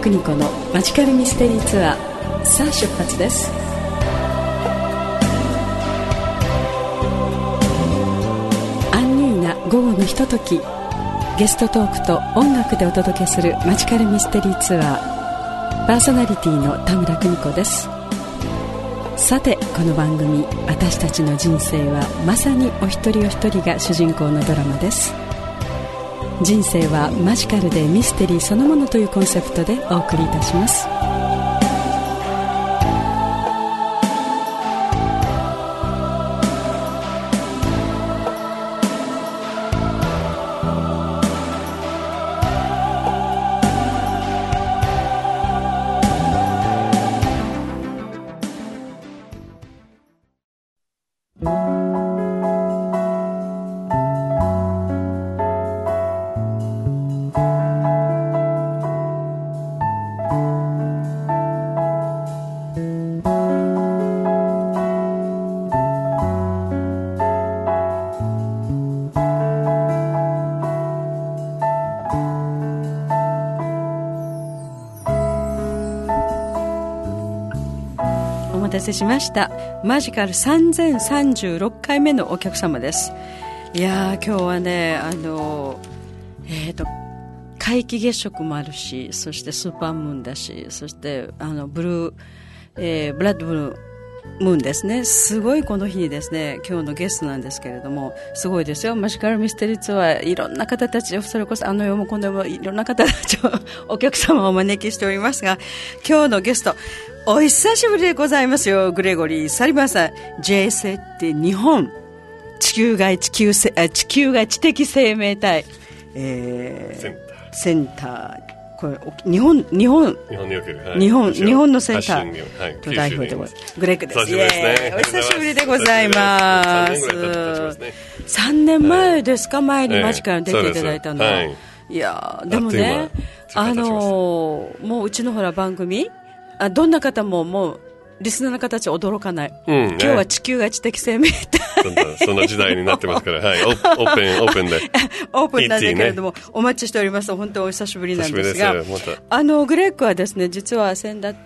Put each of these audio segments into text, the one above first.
邦子のマジカルミステリーツアー、さあ出発です。アンニュイな午後のひととき、ゲストトークと音楽でお届けするマジカルミステリーツアー、パーソナリティの田村邦子です。さてこの番組、私たちの人生はまさにお一人お一人が主人公のドラマです。人生はマジカルでミステリーそのものというコンセプトでお送りいたします。お待たせしました。マジカル3036回目のお客様です。いやー、今日はね、皆既月食もあるし、そしてスーパームーンだし、そしてブラッドブルームーンですね。すごいこの日にですね、今日のゲストなんですけれども、すごいですよ。マジカルミステリーツアー、いろんな方たちを、それこそ世もこの世もいろんな方たちをお客様をお招きしておりますが、今日のゲストお久しぶりでございますよ。グレゴリー・サリバンさん、 JSA って日本地球外知的生命体、センター、これ日本における、はい、日本のセンターと代表でございます。グレッグです。お久しぶりでございます。3年前ですか、前にマジカルに出ていただいたの、はい、いやでもね、もううちのほら番組、どんな方ももうリスナーの方たち驚かない、今日は地球が知的生命体そんな時代になってますから、はい、オープンでオープンなんだけれども、お待ちしております。本当にお久しぶりなんですが、グレッグはですね、実は先だって、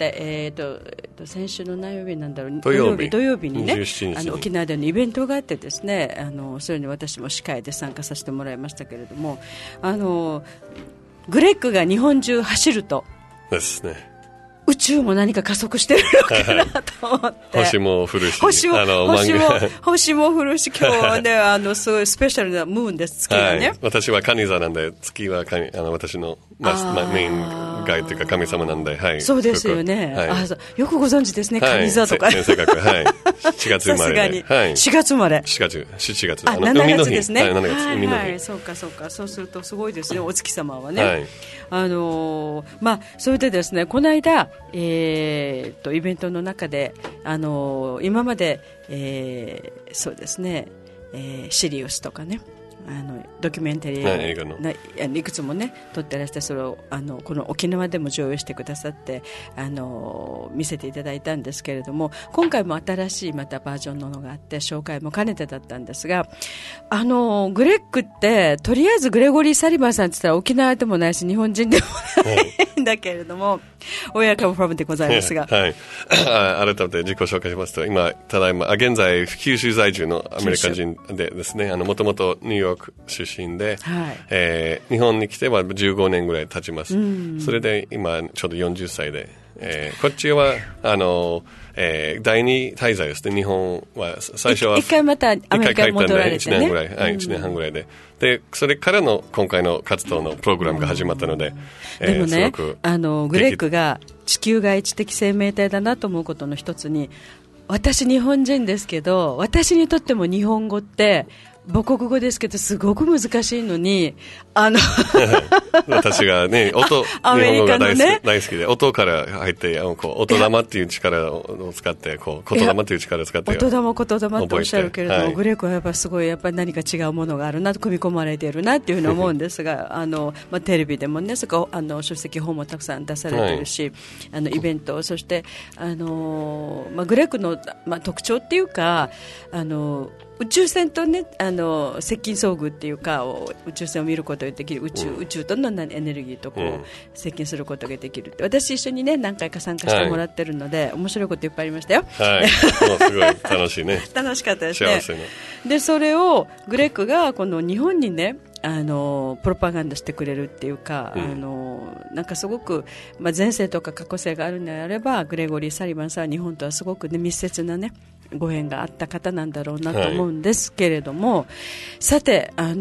先週の何曜日なんだろう、土曜日にね、沖縄でのイベントがあってですね、それに私も司会で参加させてもらいましたけれども、グレッグが日本中走るとですね、 宇宙も何か加速してるのかなと思って星も降るし、 星も降るし、今日はね、すごいスペシャルなムーンです、月がね、はい、 私は蟹座なんで、月は私のメインガイというか神様なんで、はい、 そうですよね、はい、よくご存知ですね、蟹座とか、 正確、はい、4月生まれで、はい、 4月生まれ、 7月 7月ですね、 7月海の日、 はい、そうか、そうするとすごいですね、お月様はね、はい、それでですね、この間、イベントの中で、今まで、そうですね、シリウスとかね、ドキュメンタリーいくつもね撮ってらして、それをこの沖縄でも上映してくださって、見せていただいたんですけれども、今回も新しいまたバージョンののがあって紹介も兼ねてだったんですが、グレッグってとりあえずグレゴリー・サリバンさんって言ったら沖縄でもないし日本人でもないんだけれども、親からフォームでございますが、 はい、改めて自己紹介しますと、現在九州在住のアメリカ人でですね、もともとニューヨーク出身で、はい、日本に来ては15年ぐらい経ちます。それで今ちょうど40歳で、こっちは第二滞在ですね。日本は最初は一回またアメリカに戻られてね、1年ぐらい、 はい、1年半ぐらいで、それからの今回の活動のプログラムが始まったので、 でもね、グレッグが地球外知的生命体だなと思うことの一つに、私日本人ですけど、私にとっても日本語って母国語ですけどすごく難しいのに、 私がね、 アメリカのね、 大好きで、音から入って、音玉っていう力を使って、言霊っていう力を使って、 音玉っておっしゃるけれども、はい、グレークはやっぱすごい、やっぱり何か違うものがあるなと、組み込まれているなっていうふうに思うんですが、テレビでもね、書籍本もたくさん出されているし、はい、イベント、そして、グレークの、特徴っていうか、 宇宙船とね接近遭遇っていうか宇宙船を見ることができる宇宙とのエネルギーとこう、接近することができるって私一緒にね何回か参加してもらってるので、面白いこといっぱいありましたよ。 はい、もうすごい楽しいね。 楽しかったですね。 幸せね。 でそれをグレッグがこの日本にねプロパガンダしてくれるっていうか、なんかすごく、前世とか過去世があるのであればグレゴリー・サリバンさんは日本とはすごく、ね、密接な、ね、ご縁があった方なんだろうなと思うんですけれども、さて、日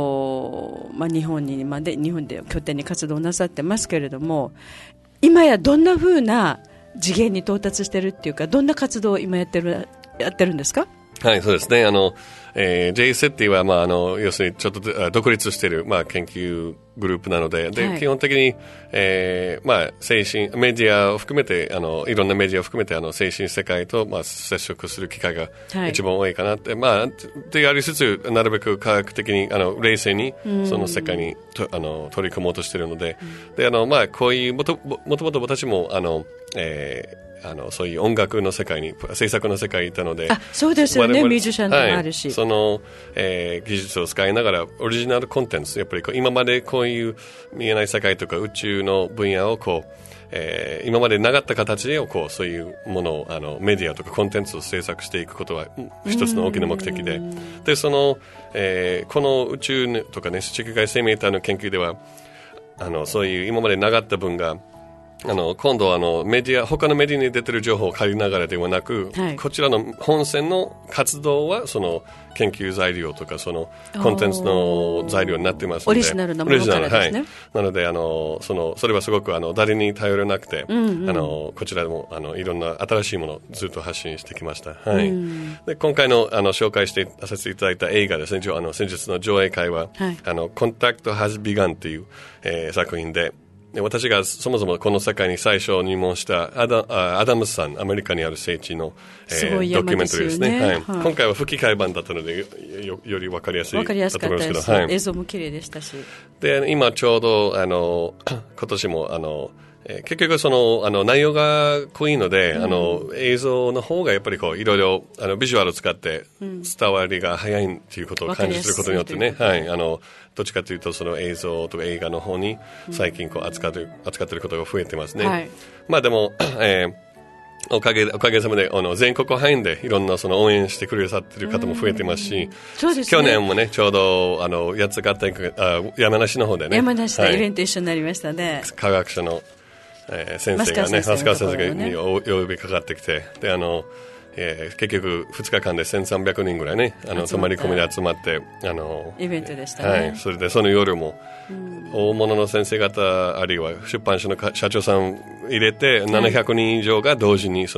本で拠点に活動なさってますけれども、今やどんな風な次元に到達してるっていうか、どんな活動を今やってるんですか？ はい、そうですね。JSETI は、要するにちょっと独立している、研究グループなので、基本的に、精神、メディアを含めて、いろんなメディアを含めて、精神世界と、接触する機会が一番多いかなって、でやりつつ、なるべく科学的に、冷静に、その世界に取り組もうとしているので、で、こういう、もともと私も、そういう音楽の世界に制作の世界にいたので、 そうですよね、ミュージシャンでもあるし、 その、技術を使いながらオリジナルコンテンツ、やっぱり今までこういう見えない世界とか宇宙の分野を今までなかった形でそういうものをメディアとかコンテンツを制作していくことは一つの大きな目的で、でこの宇宙とかね、地球外生命体の研究ではそういう今までなかった分が今度他のメディアに出てる情報を借りながらではなく、こちらの本線の活動はその研究材料とかそのコンテンツの材料になってますので、 オリジナルなものからですね。 なのでそれはすごく誰に頼らなくて、こちらでもいろんな新しいものをずっと発信してきました。はい。で今回の紹介させていただいた映画ですね、先日の上映会は、Contact Has Begun という、作品で、私がそもそもこの世界に最初入門したアダムスさん、アメリカにある聖地の、ドキュメンタリーですね。今回は吹き替え版だったので より分かりやすいだと思いますけど、 映像も綺麗でしたし、 で今ちょうど今年も結局内容が濃いので、映像の方がやっぱりいろいろビジュアルを使って伝わりが早いということを感じすることによってね、どっちかというとその映像とか映画の方に最近扱っていることが増えてますね。でも、おかげさまで全国範囲でいろんな応援してくださっている方も増えてますし、去年もねちょうど八ヶ岳山梨の方でね、 山梨でイベント一緒になりましたね。 科学者の先生がね、増川先生にお呼びかかってきて、で結局2日間で1300人ぐらいね泊まり込みで集まってイベントでしたね。 それでその夜も大物の先生方あるいは出版社の社長さん入れて700人以上が同時に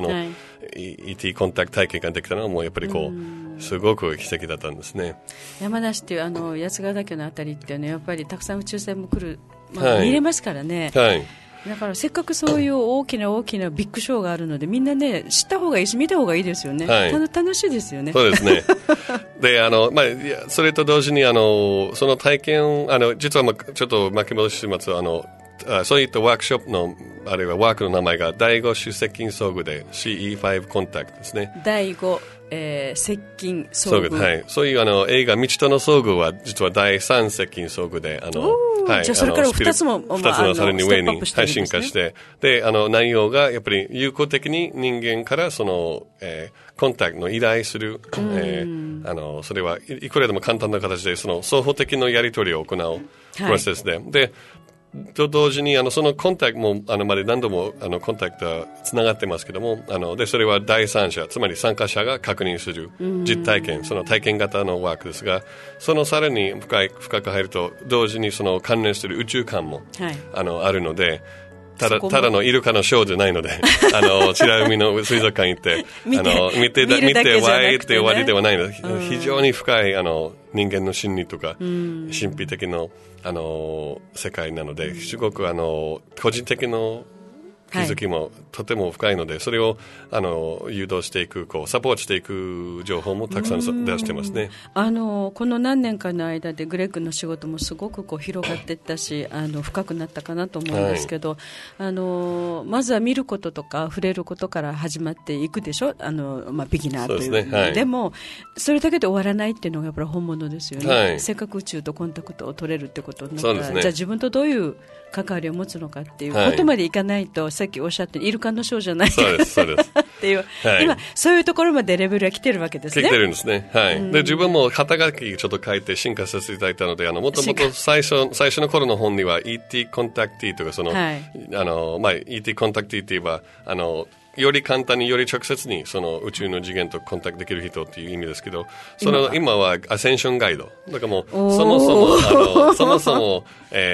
ET コンタクト体験ができたのはもうやっぱりすごく奇跡だったんですね。 山梨っていう八ヶ岳のあたりっていうのはやっぱりたくさん宇宙船も来る、見れますからね。だからせっかくそういう大きなビッグショーがあるのでみんなね知った方がいいし見た方がいいですよね。楽しいですよね。 そうですね。でそれと同時にその体験実はちょっと巻き戻しますそういったワークショップのあるいはワークの名前が第5種接近遭遇で CE5 コンタクトですね。 第5、接近遭遇、 そういう映画未知との遭遇は実は第3接近遭遇でじゃあそれから2つもさらに上に進化して、で内容がやっぱり有効的に人間からコンタクトの依頼する、それはいくらでも簡単な形で双方的なやり取りを行うプロセスで、と同時にそのコンタクトもまで何度もコンタクトはつながってますけどもでそれは第三者つまり参加者が確認する実体験、その体験型のワークですが、そのさらに深く入ると同時にその関連する宇宙観も、あるのでただのイルカのショーじゃないので白海の水族館行って見てわーって終わりではないので、非常に深い人間の心理とか神秘的な世界なので、すごく個人的な気づきもとても深いので、それを誘導していく、サポートしていく情報もたくさん出してますね。 この何年かの間でグレッグの仕事もすごく広がっていったし、深くなったかなと思うんですけど、まずは見ることとか触れることから始まっていくでしょ、ビギナーという。でもそれだけで終わらないっていうのがやっぱり本物ですよね。せっかく宇宙とコンタクトを取れるってことになったら、じゃあ自分とどういう関わりを持つのかっていうことまでいかないと、さっきおっしゃってイルカのショーじゃないっていう、今そういうところまでレベルは来てるわけですね。 来てるんですね。で自分も肩書きちょっと変えて進化させていただいたので、もともと最初の頃の本には ET コンタクティとかET コンタクティって言えばより簡単により直接にその宇宙の次元とコンタクトできる人っていう意味ですけど、今はアセンションガイドだからもうそもそも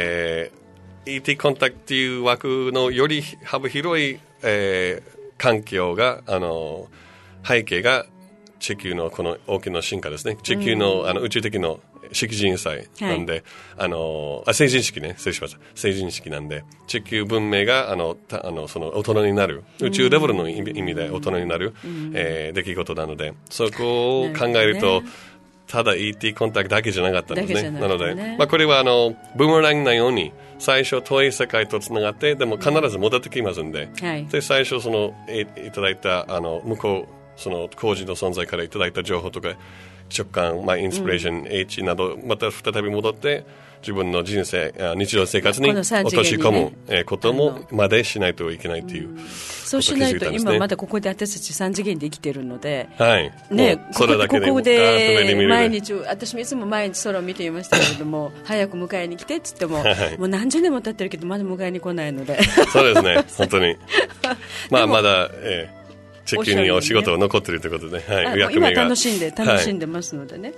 ET コンタクトっていう枠のより幅広い、環境が背景が地球のこの大きな進化ですね。地球の、宇宙的の識人祭なんで、成人式ね、失礼しました。成人式なんで、地球文明がその大人になる、宇宙レベルの意味で大人になる、出来事なので、そこを考えると、ただ ET コンタクトだけじゃなかったんですね。なので、これはブーメランのように最初遠い世界とつながって、でも必ず戻ってきますんで、で最初いただいた向こうその工事の存在からいただいた情報とか直感、インスピレーション、H などまた再び戻って自分の人生日常生活に落とし込むこともまでしないといけないという、 そうしないと今まだここで私たち3次元で生きてるので、 ここで毎日私もいつも毎日空を見ていましたけれども早く迎えに来てって言っても、もう何十年も経ってるけどまだ迎えに来ないのでそうですね、本当にまだ地球にお仕事が残っているということで、 今楽しんでますのでね、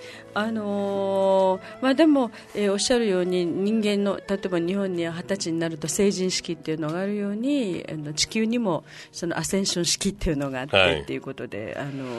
でも、おっしゃるように人間の例えば日本には20歳になると成人式っていうのがあるように地球にもそのアセンション式っていうのがあってっていうことで、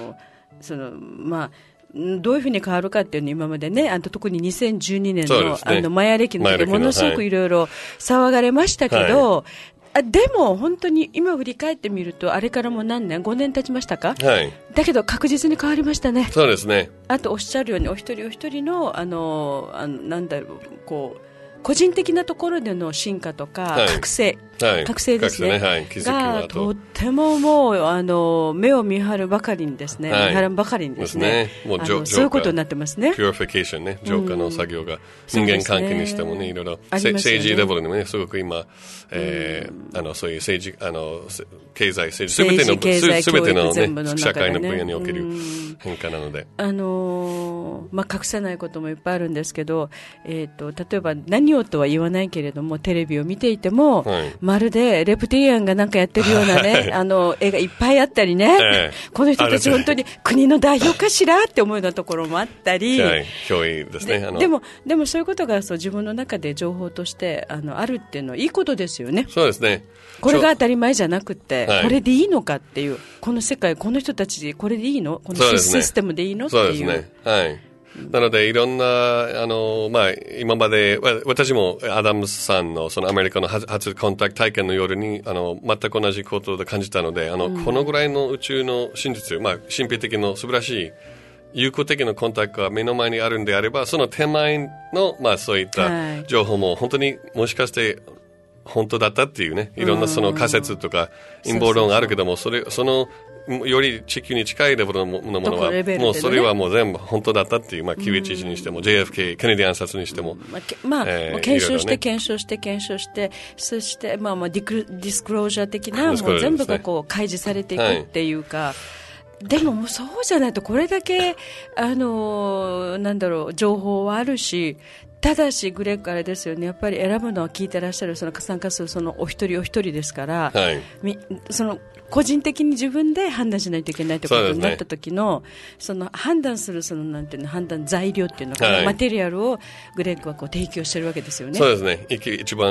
どういうふうに変わるかっていうのを今までね、特に2012年のマヤ暦の時ものすごくいろいろ騒がれましたけど、でも本当に今振り返ってみるとあれからもう何年5年経ちましたか、だけど確実に変わりましたね。 そうですね。 あとおっしゃるようにお一人お一人のなんだろう個人的なところでの進化とか、覚醒ですね、がとってももう目を見張るばかりにですね、そういうことになってますね。 ピュアフィケーションね、浄化の作業が人間関係にしてもね、いろいろ政治レベルにもね、すごく今、そういう政治経済政治すべてのね社会の分野における変化なので、隠せないこともいっぱいあるんですけど、例えば何をとは言わないけれどもテレビを見ていても、まるでレプティリアンがなんかやってるようなね絵がいっぱいあったりね、この人たち本当に国の代表かしらって思うようなところもあったり、 脅威ですね。 でもそういうことが自分の中で情報としてあるっていうのはいいことですよね。 そうですね。 これが当たり前じゃなくて、これでいいのかっていう、この世界この人たちこれでいいの、このシステムでいいのっていう。そうですね。 なのでいろんな今まで私もアダムスさんのそのアメリカの初コンタクト体験の夜に全く同じことで感じたので、このぐらいの宇宙の真実、神秘的の素晴らしい有効的なコンタクトが目の前にあるんであれば、その手前のそういった情報も本当にもしかして本当だったっていうね、いろんなその仮説とか陰謀論があるけども、そのより地球に近いレベルのものは、もうそれはもう全部本当だったっていう、911にしても JFK ケネディ暗殺にしても、 検証してそしてディスクロージャー的なもう全部が開示されていくっていうか、でももうそうじゃないとこれだけ情報はあるし、ただしグレッグあれですよね、やっぱり選ぶのは聞いてらっしゃるその参加するそのお一人お一人ですから、その個人的に自分で判断しないといけないということになった時のその判断するなんていうの判断材料っていうのか、マテリアルをグレッグは提供してるわけですよね。 そうですね。一番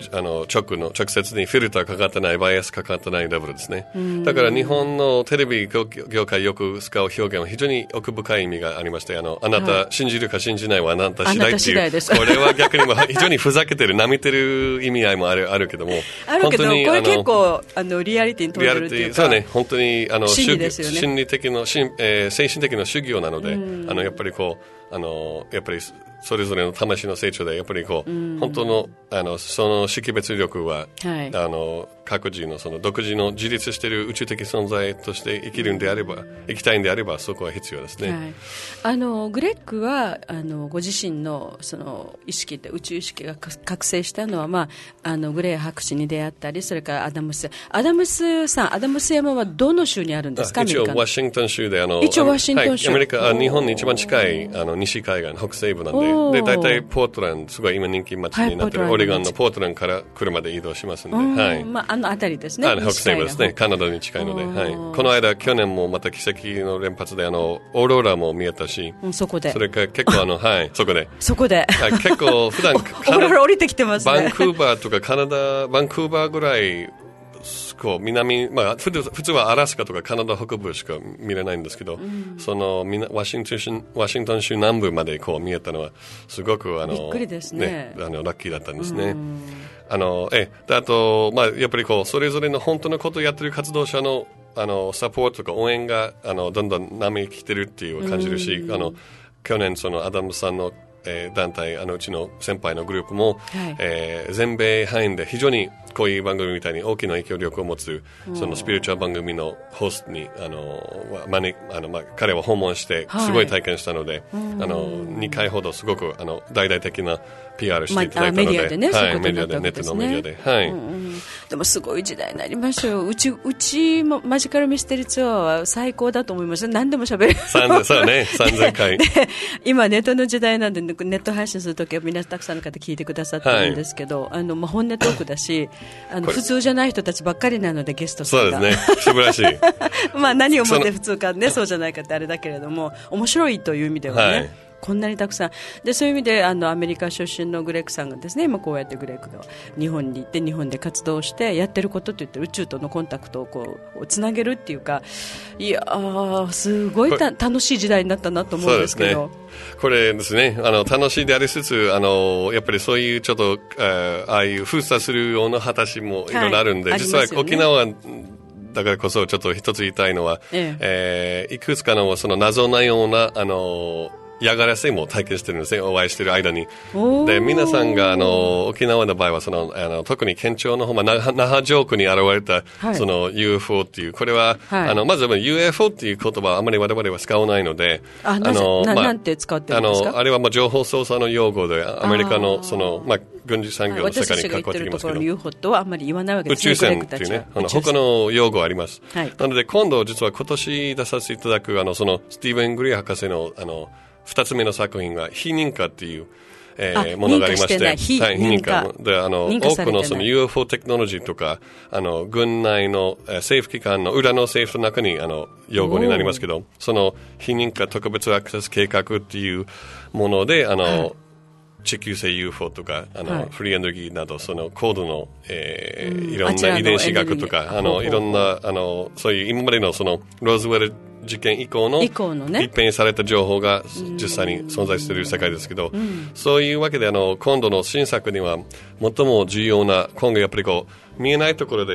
直接にフィルターかかってない、バイアスかかってないレベルですね。だから日本のテレビ業界よく使う表現は非常に奥深い意味がありまして、あなた、信じるか信じないはあなた次第っていう、これは逆に非常にふざけてる、舐めてる意味合いもあるけども、 これ結構リアリティに富んでるっていうか、 そうね、本当に心理ですよね。 心理的な、精神的な修行なので、やっぱりやっぱりそれぞれの魂の成長でやっぱり本当のその識別力は、各自のその独自の自立している宇宙的存在として生きるんであれば、生きたいんであればそこは必要ですね。 グレッグはご自身のその意識って宇宙意識が覚醒したのは、グレー博士に出会ったり、それからアダムス山はどの州にあるんですか？ 一応ワシントン州で一応ワシントン州、 アメリカ日本に一番近い西海岸北西部なんで、大体ポートランドすごい今人気町になってる、オレゴンのポートランドから車で移動しますので、 辺りですね。 北西部ですね。カナダに近いので、この間去年もまた奇跡の連発でオーローラも見えたし、 そこでそれから結構そこで結構普段オーローラ降りてきてますね。 バンクーバーとかバンクーバーぐらい南、普通はアラスカとかカナダ北部しか見れないんですけど、そのワシントン州南部まで見えたのはすごくびっくりですね。 ラッキーだったんですね。あと、やっぱりそれぞれの本当のことをやってる活動者のサポートとか応援がどんどん波に来てるっていう感じるし、去年そのアダムさんの団体うちの先輩のグループも、全米範囲で非常にこういう番組みたいに大きな影響力を持つそのスピリチュアル番組のホストに彼は訪問してすごい体験したので、2回ほどすごく大々的な PR していただいたので、 メディアでね、 メディアでネットのメディアで、 でもすごい時代になりましたよ。うちもマジカルミステリーツアーは最高だと思います。何でも喋れる。 そうね、3000回今ネットの時代なんでネット配信するときは皆たくさんの方聞いてくださってるんですけど、本音トークだし普通じゃない人たちばっかりなので、ゲストさんがそうですね、素晴らしい何をもって普通かね、そうじゃないかってあれだけれども、面白いという意味ではね、こんなにたくさんで、そういう意味でアメリカ出身のグレッグさんがですね、今こうやってグレッグが日本に行って日本で活動してやってることといって、宇宙とのコンタクトをつなげるっていうか、いやーすごい楽しい時代になったなと思うんですけど、 これですね、楽しいでありつつやっぱりそういうちょっとああいう封鎖するような話もいろいろあるんで、実は沖縄だからこそちょっと一つ言いたいのは、いくつかのその謎なような嫌がらせも体験してるんですね、お会いしてる間に。で、皆さんが沖縄の場合は特に県庁の方、那覇上空に現れた、その UFO っていう、これは、まず UFO っていう言葉はあまり我々は使わないので、 なんて使ってるんですか？ あれは情報操作の用語で、アメリカの軍事産業の世界に関わってきますけど、 私たちが言ってるところの UFO とはあんまり言わないわけですね。 宇宙船っていうね、他の用語あります。なので今度実は今年出させていただくそのスティーブン・グリー博士の2つ目の作品が非認可っていうものがありまして、非認可で多くのその UFO テクノロジーとか軍内の政府機関の裏の政府の中に用語になりますけど、その非認可特別アクセス計画っていうもので地球性 UFO とかフリーエネルギーなどその高度のいろんな遺伝子学とかいろんなそういう今までのそのローズウェル事件以降の一変された情報が実際に存在している世界ですけど、そういうわけで今度の新作には最も重要な、今後やっぱり見えないところで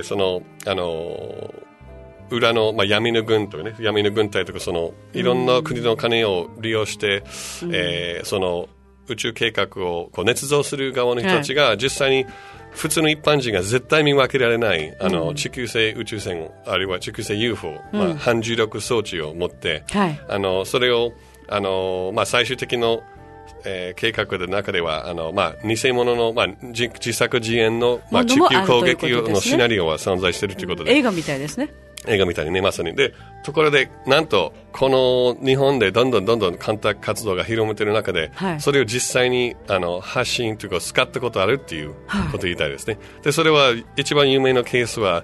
裏の、闇の軍というね、闇の軍隊とかいろんな国の金を利用して、その宇宙計画を捏造する側の人たちが実際に普通の一般人が絶対見分けられない地球性宇宙船あるいは地球性 UFO、反重力装置を持って、それを最終的の計画の中では偽物の、自作自演の、地球攻撃のシナリオは存在しているということで、 映画みたいですね。 映画みたいにね、まさに。で、ところで、なんと、この日本でどんどん活動が広めている中で、それを実際に発信というか使ったことあるっていうことを言いたいですね。で、それは一番有名なケースは、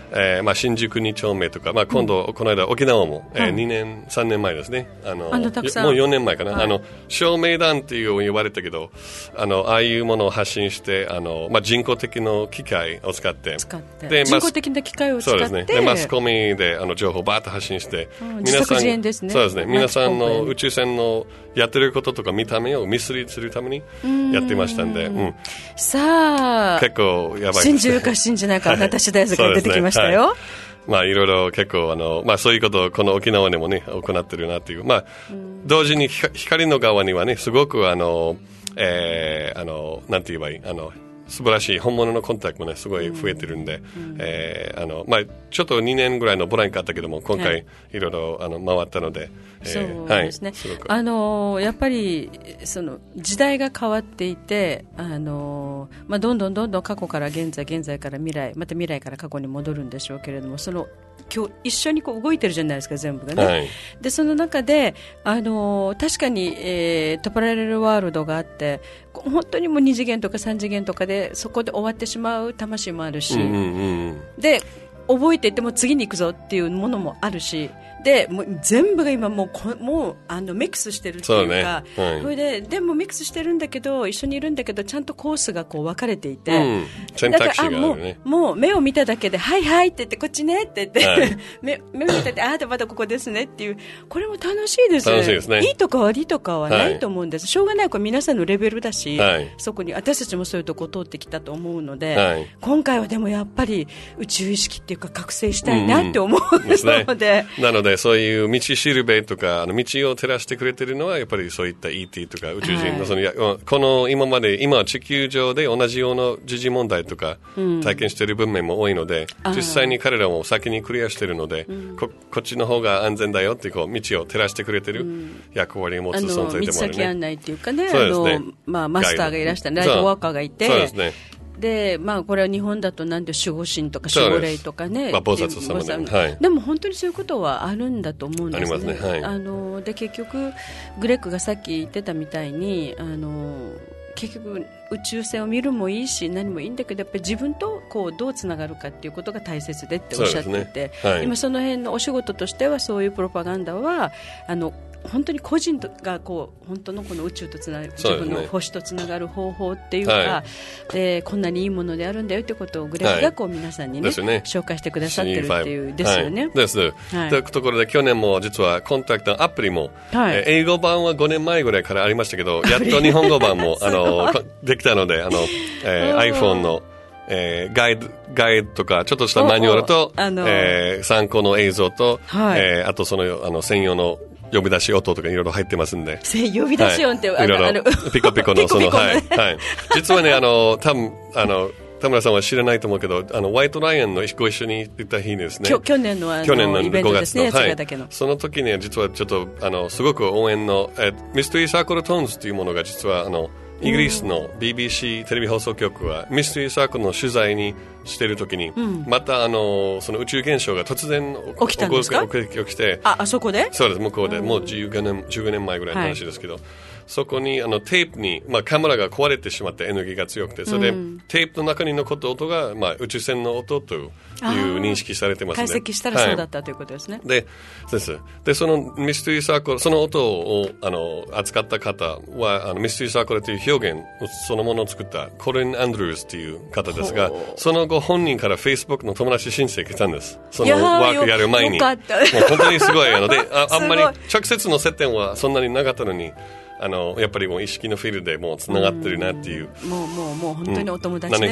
新宿2丁目とか、この間沖縄も、2年3年前ですね、 たくさんもう4年前かな、照明弾っていう言われたけど、ああいうものを発信して、人工的な機械を使ってで人工的な機械を使って、 そうですね、でマスコミで情報をバーッと発信して、 自作自演ですね。 そうですね、皆さんの宇宙船のやってることとか見た目をミスリードするためにやってましたんで、 さあ結構やばい、 信じるか信じないかあなた次第が出てきましたよ。 いろいろ結構そういうことをこの沖縄でもね行ってるなっていう、同時に光の側にはねすごくなんて言えばいい素晴らしい本物のコンタクトもねすごい増えてるんで、ちょっと2年ぐらいのブランクあったけども今回いろいろ回ったので、 そうですね、やっぱりその時代が変わっていて、どんどん過去から現在から未来、また未来から過去に戻るんでしょうけれども、その今日一緒に動いてるじゃないですか全部がね、でその中で確かに、トパラレルワールドがあって本当にもう2次元とか3次元とかでそこで終わってしまう魂もあるし、で覚えていっても次に行くぞっていうものもあるし、でもう全部が今もうミックスしてるっていうか、それでもミックスしてるんだけど一緒にいるんだけどちゃんとコースが分かれていて、 選択肢があるね。 もう目を見ただけではいはいって言ってこっちねって言って、目を見たってまだここですねっていう、これも楽しいです。 楽しいですね。 いいとか悪いとかはないと思うんです、しょうがない、これ皆さんのレベルだし、そこに私たちもそういうとこを通ってきたと思うので、今回はでもやっぱり宇宙意識っていうか覚醒したいなって思うので、 なのでそういう道しるべとか道を照らしてくれてるのはやっぱりそういった ET とか宇宙人の、この今地球上で同じような時事問題とか体験している文面も多いので、実際に彼らも先にクリアしているので、こっちの方が安全だよって道を照らしてくれてる役割を持つ存在でもあるね。 道先案内っていうかね、 そうですね、 マスターがいらしたライトワーカーがいて、 そうですね。 でこれは日本だとなんで守護神とか守護霊とかね、 菩薩様で、 でも本当にそういうことはあるんだと思うんですね。 ありますね。 で結局グレッグがさっき言ってたみたいに結局宇宙船を見るもいいし何もいいんだけど、やっぱり自分とどうつながるかっていうことが大切でっておっしゃっていて、今その辺のお仕事としてはそういうプロパガンダは本当に個人が本当のこの宇宙とつながる、自分の星とつながる方法っていうか、でこんなにいいものであるんだよということをグレッグが皆さんにね、紹介してくださってるっていうですよね。 です。というところで去年も実はコンタクトのアプリも、英語版は5年前ぐらいからありましたけど、やっと日本語版もできたのでiPhone のガイドとかちょっとしたマニュアルと、参考の映像と、あとその専用の呼び出し音とかいろいろ入ってますんで。 呼び出し音って、いろいろピコピコの実はね多分田村さんは知らないと思うけどホワイトライアンのご一緒に行った日にですね、 去年のイベントですね、八ヶ岳の、 その時に実はちょっとすごく応援のミステリーサークルトーンズというものが実はイギリスの BBC テレビ放送局はミステリーサークルの取材にしているときに、またその宇宙現象が突然起きたんですか？ 起きて、 あそこで？ そうです、向こうでもう15年前ぐらいの話ですけど、そこにテープに、カメラが壊れてしまってエネルギーが強くて、それで、テープの中に残った音が、宇宙船の音という認識されてますね。 解析したらそうだったということですね。 でそのミステリーサークル、その音を扱った方はミステリーサークルという表現そのものを作ったコリン・アンドルーズという方ですが、その後本人から Facebook の友達申請来たんです。そのワークやる前に。もう本当にすごいであんまり直接の接点はそんなになかったのに、やっぱりもう意識のフィールでもうつながってるなっていう、 もう本当にお友達ね、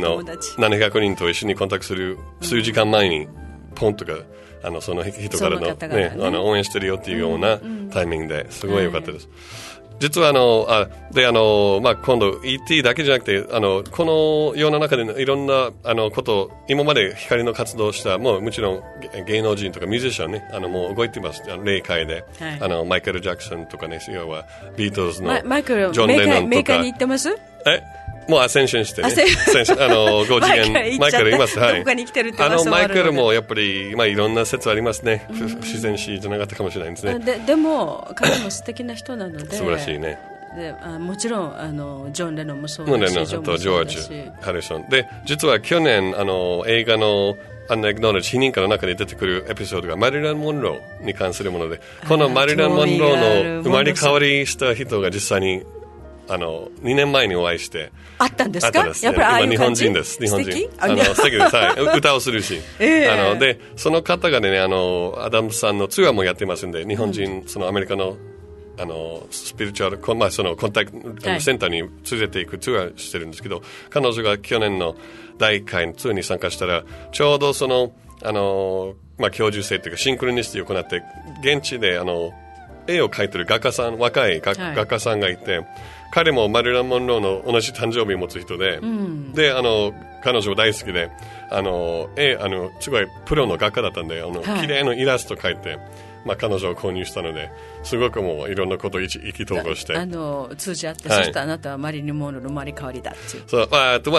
700人と一緒にコンタクトする数時間前にポンとかその人からの、応援してるよっていうようなタイミングですごい良かったです。実は今度 ET だけじゃなくてこの世の中でいろんなこと今まで光の活動したもちろん芸能人とかミュージシャンねもう動いてます。霊界で、マイケル・ジャクソンとかね、要はビートルズのジョン・レノンとかメーカーに行ってます？ もうアセンションしてね、5次元マイケルいます。 どこかに来てるってマイケルもやっぱりいろんな説ありますね。不自然死じゃなかったかもしれないですね。 でも彼も素敵な人なので素晴らしいね。 でもちろんジョン・レノンもそうだし、 ジョージ・ハリソンで、実は去年映画のアクノレッジ、否認歌の中に出てくるエピソードがマリラン・モンローに関するもので、このマリラン・モンローの生まれ変わりした人が実際に2年前にお会いしてあったんですか？ やっぱり日本人です。日本人。素敵です。はい。歌をするし。で、その方がね、アダムさんのツアーもやってますんで、日本人、そのアメリカの、スピリチュアル、そのコンタクトセンターに連れて行くツアーしてるんですけど、彼女が去年の第1回のツアーに参加したら、ちょうどその、教授生というかシンクロニシティを行って、現地で絵を描いてる画家さん、若い画家さんがいて、彼もマリラン・モンローの同じ誕生日を持つ人で、で、彼女大好きで、すごいプロの画家だったんで、綺麗なイラスト描いて、彼女を購入したので、すごくもういろんなことを意気投合して。 通じ合って、そしてあなたはマリリン・モンローの生まれ変わりだっていう。 そう、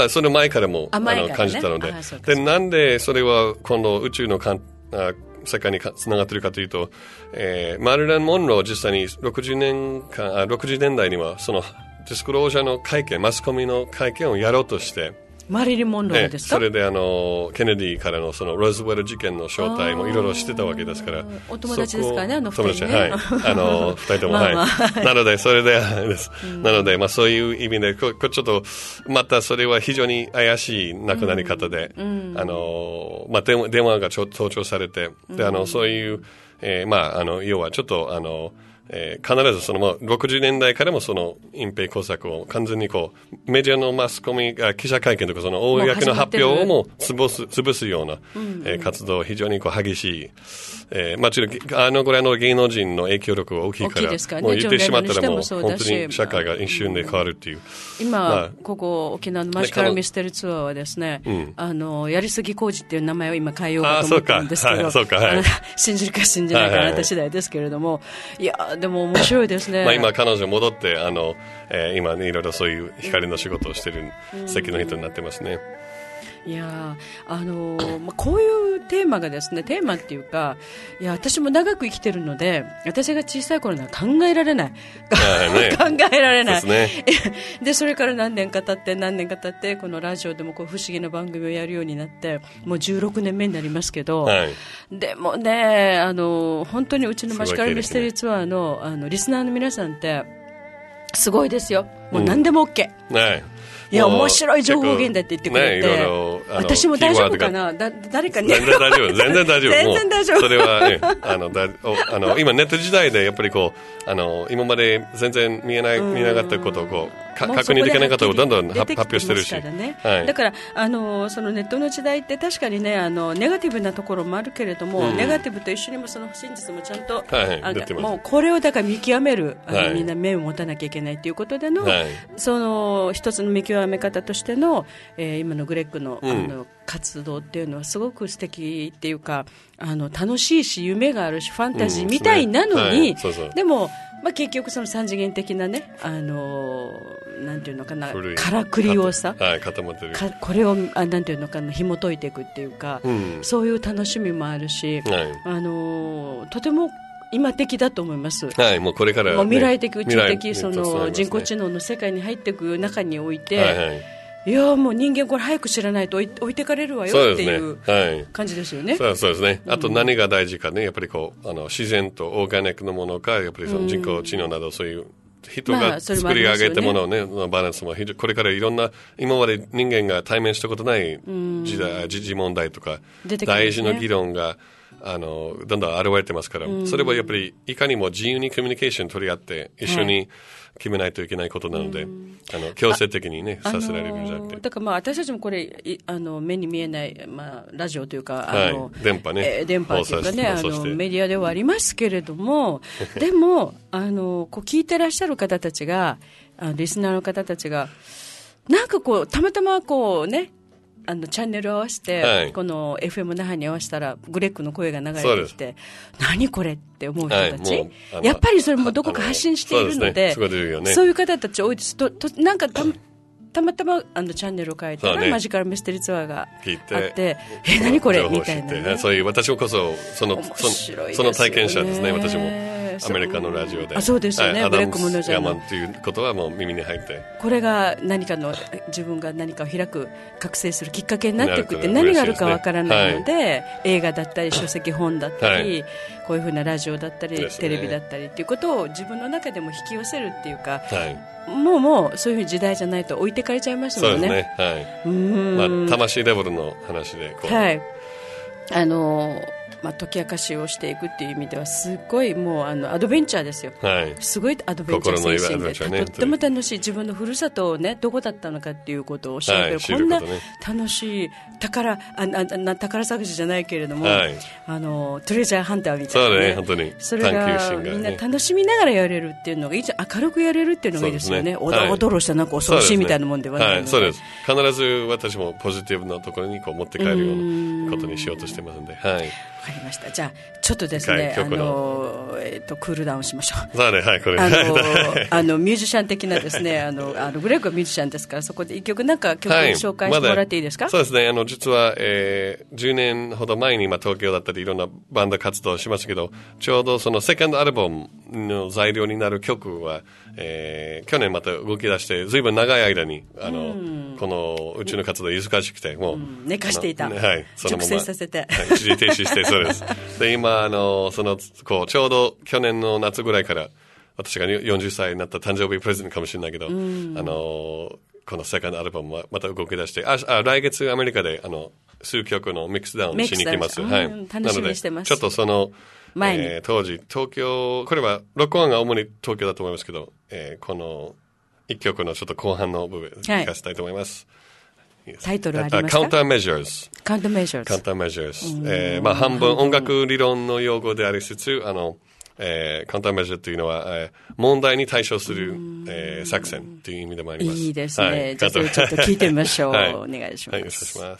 その前からも、感じたので。で、なんでそれは今度宇宙の世界につながっているかというと、マリラン・モンロー実際に60年代にはそのディスクロージャーの会見、マスコミの会見をやろうとして、 マリリン・モンローですか？ それでケネディからのそのローズウェル事件の正体もいろいろしてたわけですから。 お友達ですからね、 友達、はい。二人とも、はい。なので、それで、なので、そういう意味で、ちょっと、またそれは非常に怪しい亡くなり方で、電話が盗聴されて、で、そういう、要はちょっと、必ずその60年代からもその隠蔽工作を完全にメディアのマスコミが記者会見とかその公の発表をも潰すような、活動非常に激しい、ぐらいの芸能人の影響力が大きいから、もう言ってしまったらもう本当に社会が一瞬で変わるっていう。 今、ここ沖縄のマジカルミステリーツアーはですね、やりすぎ工事っていう名前を今変えようかと思ってるんですけど、信じるか信じないかあなた次第ですけれども、いやでも面白いですね。 今彼女戻って今ねいろいろそういう光の仕事をしている素敵な人になってますね。 いやこういうテーマがですね、テーマっていうか、いや私も長く生きてるので、私が小さい頃には考えられない、考えられないですね。でそれから何年か経ってこのラジオでも不思議な番組をやるようになって、もう16年目になりますけど、でもね本当にうちのマジカルミステリーツアーのリスナーの皆さんってすごいですよ。もう何でも OK、いや面白い情報源だって言ってくれて、私も大丈夫かな、誰かに全然大丈夫全然大丈夫それはね今ネット時代でやっぱり今まで全然見えなかったことを確認できなかったことをどんどん発表してるし、 だからそのネットの時代って確かにねネガティブなところもあるけれども、ネガティブと一緒にもその真実もちゃんと、もうこれをだから見極めるみんな目を持たなきゃいけないということでの、その一つの見極め方としての、今のグレッグの、活動っていうのはすごく素敵っていうか楽しいし夢があるしファンタジーみたいなのに、でも、結局その三次元的なねなんていうのかなからくりをさ、これをなんていうのかな紐解いていくっていうか、そういう楽しみもあるし、とても今的だと思います。 もうこれから、 もう未来的宇宙的その人工知能の世界に入っていく中において、いやもう人間これ早く知らないと置いてかれるわよっていう感じですよね。 そうですね。あと何が大事かね、やっぱり自然とオーガニックのものか、やっぱりその人工知能などそういう人が作り上げたものをね、バランスもこれからいろんな今まで人間が対面したことない時事問題とか、大事な議論がどんどん現れてますから、それはやっぱりいかにも自由にコミュニケーション取り合って一緒に決めないといけないことなので、強制的にねさせられるんじゃなくて、 だから私たちもこれ目に見えない、ラジオというか電波ね、 電波というかねメディアではありますけれどもでも聞いてらっしゃる方たちがリスナーの方たちがなんかたまたまねチャンネルを合わせて、この FM 那覇に合わせたらグレッグの声が流れてきて何これって思う人たち、やっぱりそれもどこか発信しているので、そういう方たち多いです。なんかたまたまチャンネルを変えたら、マジカルミステリーツアーがあって何これみたいな、 そういう私もこそその体験者ですね。私もアメリカのラジオで。 そうですよね、ブレックムのジャーマンということはもう耳に入って。 これが自分が何かを開く、覚醒するきっかけになっていくって、何があるかわからないので、映画だったり書籍本だったり、こういうふうなラジオだったり、テレビだったりっていうことを自分の中でも引き寄せるっていうか、もうそういう時代じゃないと置いてかれちゃいますもんね。 そうですね。魂レベルの話で解き明かしをしていくっていう意味ではすごいもうアドベンチャーですよ、すごいアドベンチャー精神で、とっても楽しい。自分のふるさとをね、どこだったのかっていうことを調べる、こんな楽しい宝探しじゃないけれども、トレジャーハンターみたいな、 本当にそれがみんな楽しみながらやれるっていうのが、明るくやれるっていうのがいいですよね。おどろしたなんか恐ろしいみたいなもんではないので、 そうです。必ず私もポジティブなところに持って帰るようなことにしようとしてますので、 わかりました。じゃあちょっとですね、クールダウンしましょう。 これミュージシャン的なですね、グレッグはミュージシャンですから、そこで一曲なんか曲を紹介してもらっていいですか？ そうですね。実は、10年ほど前に東京だったりいろんなバンド活動をしましたけど、ちょうどそのセカンドアルバムの材料になる曲は、去年また動き出してずいぶん長い間にこの宇宙の活動忙しくてもう、 寝かしていた、熟成させて、 一時停止してそうです。で今ちょうど去年の夏ぐらいから私が40歳になった誕生日プレゼントかもしれないけど、このセカンドアルバムはまた動き出して、来月アメリカで数曲のミックスダウンしに行きます。 楽しみにしてます。 ちょっと当時東京、これは録音が主に東京だと思いますけど、この一曲のちょっと後半の部分聞かせたいと思います。 タイトルはありますか？ カウンターメジャーズ。カウンターメジャーズ。半分音楽理論の用語でありつつ、カウンターメジャーというのは、問題に対処する、作戦という意味でもあります。 いいですね。じゃあそれちょっと聞いてみましょう。お願いします。 お願いします。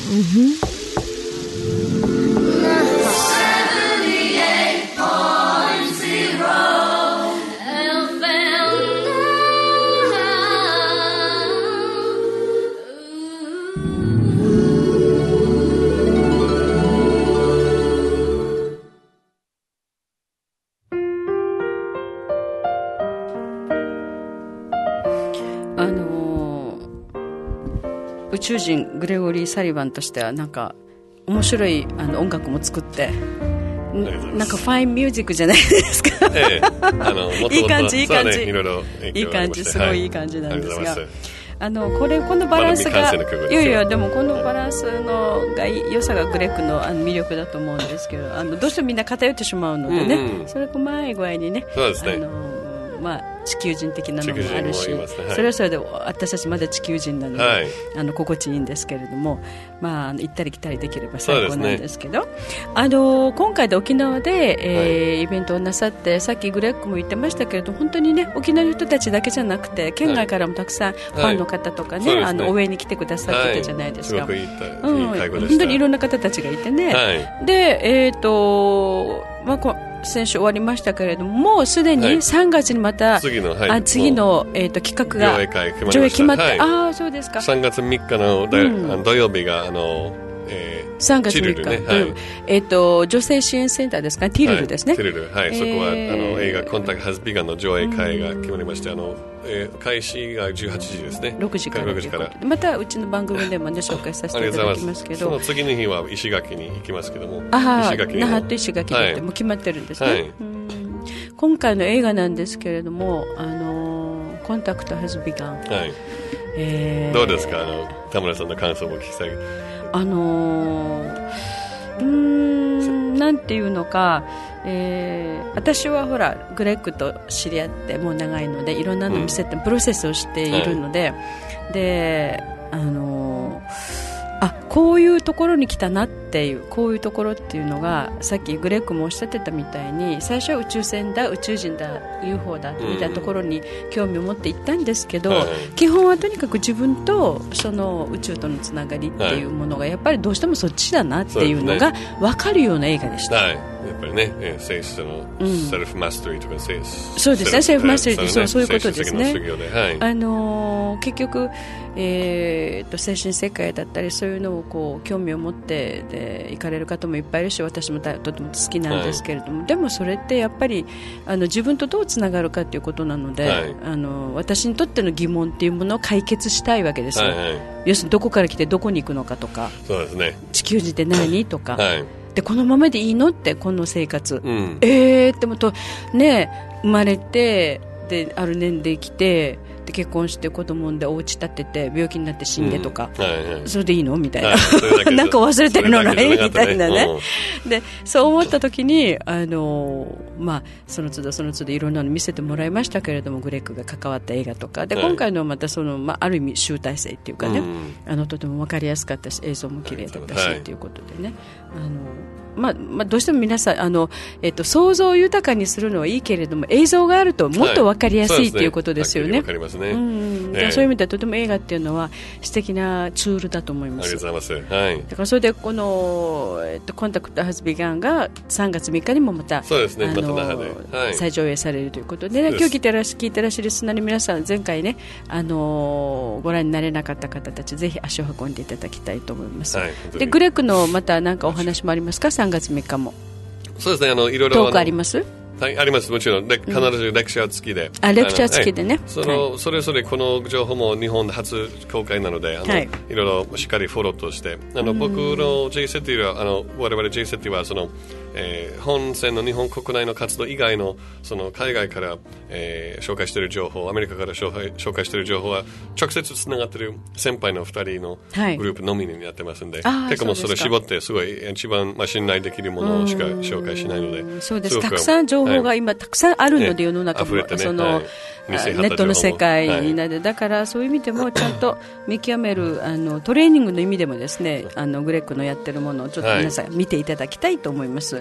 宇宙人グレゴリー・サリバンとしてはなんか面白い音楽も作ってなんかファインミュージックじゃないですか、いい感じいい感じ、いい感じ、すごいいい感じなんですが、このバランスがいやいやでもこのバランスの良さがグレックの魅力だと思うんですけど、どうしてもみんな偏ってしまうのでね、それがうまい具合にね、 そうですね、 地球人的なのもあるし、それはそれで私たちまだ地球人なので、心地いいんですけれども、行ったり来たりできれば最高なんですけど、今回で沖縄で、イベントをなさって、さっきグレックも言ってましたけれど、本当にね、沖縄の人たちだけじゃなくて県外からもたくさんファンの方とかね、応援に来てくださってたじゃないですか、すごくいい会合でした。本当にいろんな方たちがいてね、で先週終わりましたけれども、もうすでに3月にまた、次の、企画が上映決まって、そうですか。 3月3日の土曜日が 3月3日、女性支援センターですか、ティルルですね、 ティルル、そこは映画コンタクトハズビガンの上映会が決まりまして、開始が18時ですね、 6時からまたうちの番組でも、ね、紹介させていただきますけど、 その次の日は石垣に行きますけども、 那覇と石垣でもう決まってるんですね、今回の映画なんですけれども、コンタクトハズビガン、 どうですか、田村さんの感想を聞きたい。なんていうのか、私はほらグレッグと知り合ってもう長いので、いろんなの見せて、プロセスをしているので、でこういうところに来たなっていう、こういうところっていうのが、さっきグレッグもおっしゃってたみたいに、最初は宇宙船だ、宇宙人だ、 UFO だみたいなところに興味を持って行ったんですけど、基本はとにかく自分とその宇宙とのつながりっていうものがやっぱりどうしてもそっちだなっていうのが分かるような映画でした。 やっぱりね、セルフマスタリーとか、 そうですね、セルフマスタリーってそういうことですね。結局、精神世界だったりそういうのをこう興味を持ってで行かれる方もいっぱいいるし、私もとても好きなんですけれども、でもそれってやっぱり自分とどうつながるかということなので、私にとっての疑問っていうものを解決したいわけですよ、要するにどこから来てどこに行くのかとか、 そうですね、 地球人って何とか、でこのままでいいのって、この生活、でもね、生まれてである年齢来てで結婚して子供産んでお家建てて病気になって死んでとか、それでいいのみたいな、なんか忘れてるのないみたいなね、でそう思った時にその都度その都度いろんなの見せてもらいましたけれども、グレッグが関わった映画とかで、今回のまたある意味集大成っていうかね、とても分かりやすかったし、映像も綺麗だったしということでね、どうしても皆さん想像を豊かにするのはいいけれども、映像があるともっと分かりやすいということですよね。そういう意味ではとても映画っていうのは素敵なツールだと思います。 ありがとうございます。 だからそれでこの、コンタクトハズビガンが3月3日にもまた再上映されるということで、今日聞いてらっしゃるリスナーの皆さん、前回ねご覧になれなかった方たち、ぜひ足を運んでいただきたいと思います。でグレッグのまた何かお話もありますか？3月3日も。 そうですね、いろいろトークあります？ あります、もちろん必ずレクチャー付きで、 レクチャー付きでね、 それぞれこの情報も日本初公開なので、いろいろしっかりフォローとして、僕の JSETI は我々 JSETI は本線の日本国内の活動以外の海外から、紹介している情報、アメリカから紹介している情報は直接つながっている先輩の2人のグループのみになってますので、結構もうそれ絞ってすごい一番信頼できるものしか紹介しないので、 そうです、たくさん情報が今たくさんあるので、世の中もネットの世界になる、だからそういう意味でもちゃんと見極めるトレーニングの意味でもですね、グレッグのやってるものをちょっと皆さん見ていただきたいと思います。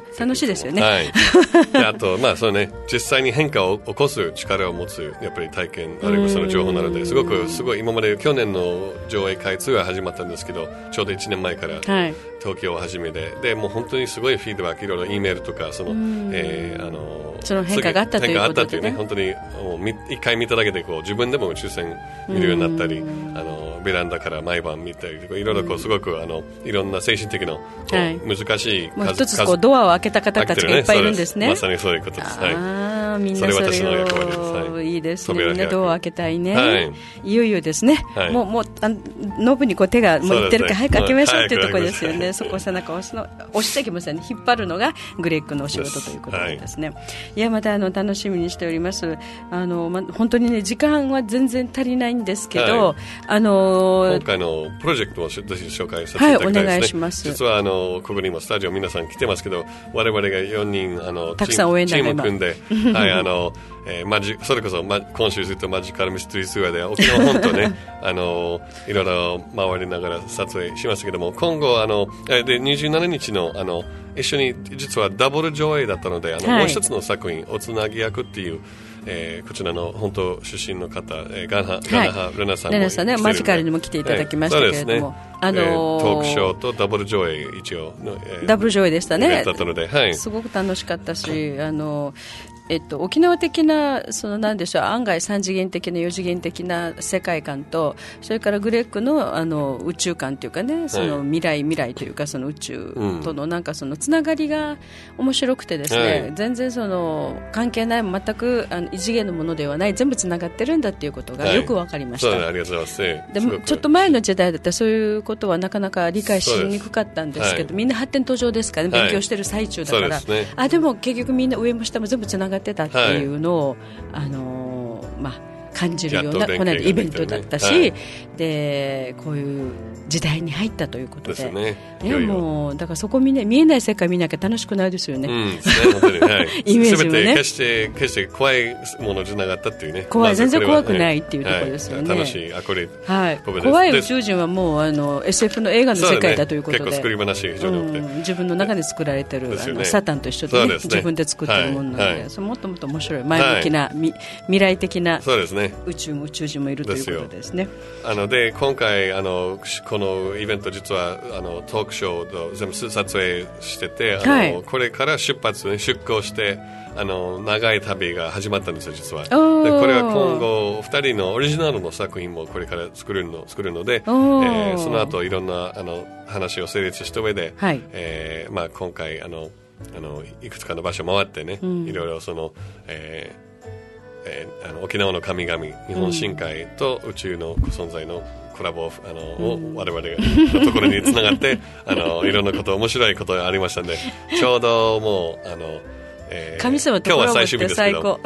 楽しいですよね。 はい。であと、そうね、実際に変化を起こす力を持つ、やっぱり体験、あるいはその情報なので、すごい今まで去年の上映会2が始まったんですけど、ちょうど1年前から東京を始めて、で、もう本当にすごいフィードバック、いろいろ E メールとか、その変化があったということでね。 本当に一回見ただけで自分でも宇宙船見るようになったり、ベランダから毎晩見たりとか、いろいろすごくいろんな精神的な難しいもう一つドアを開けた方たちがいっぱいいるんですね。 まさにそういうことです。 みんなそれを私の役割です。はい、 いいですね。みんなドアを開けたいね。 はい、 いよいよですね。もうノブに手がもういってるから早く開けましょうっていうところですよね。そこを背中を押してきますよね。引っ張るのがグレッグのお仕事ということですね。いやまた楽しみにしております。本当にね時間は全然足りないんですけど、 今回のプロジェクトをぜひ紹介させていただきたいですね。 お願いします。 実はここにもスタジオ皆さん来てますけど、我々が4人たくさん応援チーム組んで、それこそ今週ずっとマジカルミステリーツアーで沖縄本島ねいろいろ回りながら撮影しましたけども、今後で27日の一緒に実はダブル上映だったのでもう一つの作品おつなぎ役っていうこちらの本島出身の方ガナハルナさんも来てるので、 マジカルにも来ていただきましたけれども、 トークショーとダブル上映一応ダブル上映でしたね。 だったので、 すごく楽しかったし沖縄的な何でしょう、案外3次元的な4次元的な世界観と、それからグレッグの宇宙観というかね、未来というかその宇宙とのつながりが面白くてですね、全然関係ない全く異次元のものではない、全部つながってるんだっていうことがよく分かりました。 そうね、ありがとうございます。 でもちょっと前の時代だったらそういうことはなかなか理解しにくかったんですけど、みんな発展途上ですからね、勉強してる最中だから、でも結局みんな上も下も全部つながってたっていうのを、感じるようなこの間イベントだったし、でこういう時代に入ったということで、もうだからそこ見えない世界見なきゃ楽しくないですよね。 本当に、 イメージもね、 決して怖いものじゃなかったっていうね。 全然怖くないっていうところですよね。 楽しい怖い宇宙人はもうSF の映画の世界だということで、 結構作り話非常に多くて、 自分の中で作られてるサタンと一緒で、自分で作ってるものなので、もっともっと面白い前向きな未来的な宇宙も宇宙人もいるということですね。 で今回このイベント実はトークショーを全部撮影してて、これから出航して長い旅が始まったんですよ実は。でこれは今後2人のオリジナルの作品もこれから作るので、その後いろんな話を成立した上で、今回いくつかの場所回ってね、いろいろ沖縄の神々日本深海と宇宙の存在のコラボを我々のところにつながっていろんなこと面白いことがありましたので、ちょうどもう神様とコラボって最高。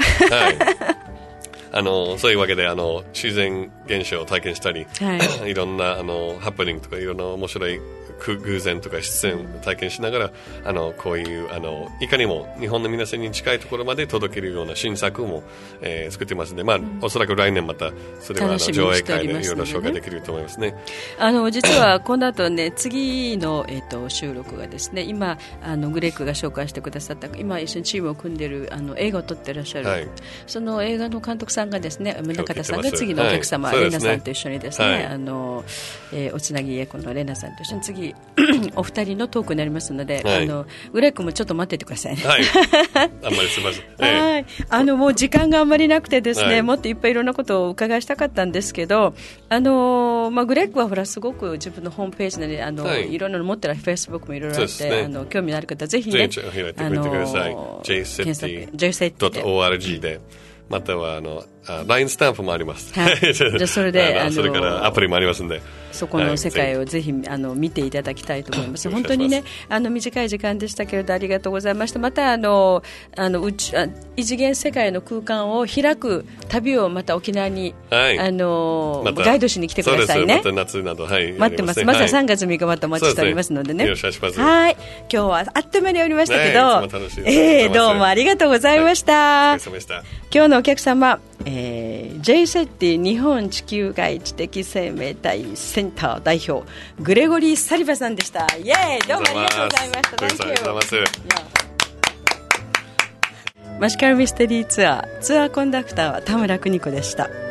そういうわけで自然現象を体験したり、いろんなハプニングとかいろんな面白い偶然とか出演体験しながらこういういかにも日本の皆さんに近いところまで届けるような新作も、作ってますので、おそらく来年またそれは上映会でいろいろ紹介できると思いますね。 実はこの後ね次の、収録がですね、今グレッグが紹介してくださった今一緒にチームを組んでいる映画を撮ってらっしゃる、その映画の監督さんがですね、宗像さんが次のお客様、レナさんと一緒にですね、おつなぎ役のレナさんと一緒に次お二人のトークになりますので、グレッグもちょっと待っててくださいね。 あんまりすみません。 もう時間があんまりなくてですね、もっといっぱいいろんなことをお伺いしたかったんですけど、グレッグはほらすごく自分のホームページでいろんなの持ってるフェイスブックもいろいろあって、興味のある方ぜひね、 開いてみてください。jcity.org で。またはLINE スタンプもあります。 じゃそれでそれからアプリもありますので、 そこの世界をぜひ見ていただきたいと思います。本当にね短い時間でしたけれどありがとうございました。また異次元世界の空間を開く旅をまた沖縄に、ガイドしに来てくださいね。 また夏など、待ってます。まずは3月3日またお待ちしておりますのでね。 よろしくお願いします。 はい、今日はあっという間におりましたけど、どうもありがとうございました。今日のお客様、JSETI 日本地球外知的生命体センター代表グレゴリー・サリバさんでした。イエーイ、どうもありがとうございました。 ありがとうございます。 マジカルミステリーツアーコンダクターは田村邦子でした。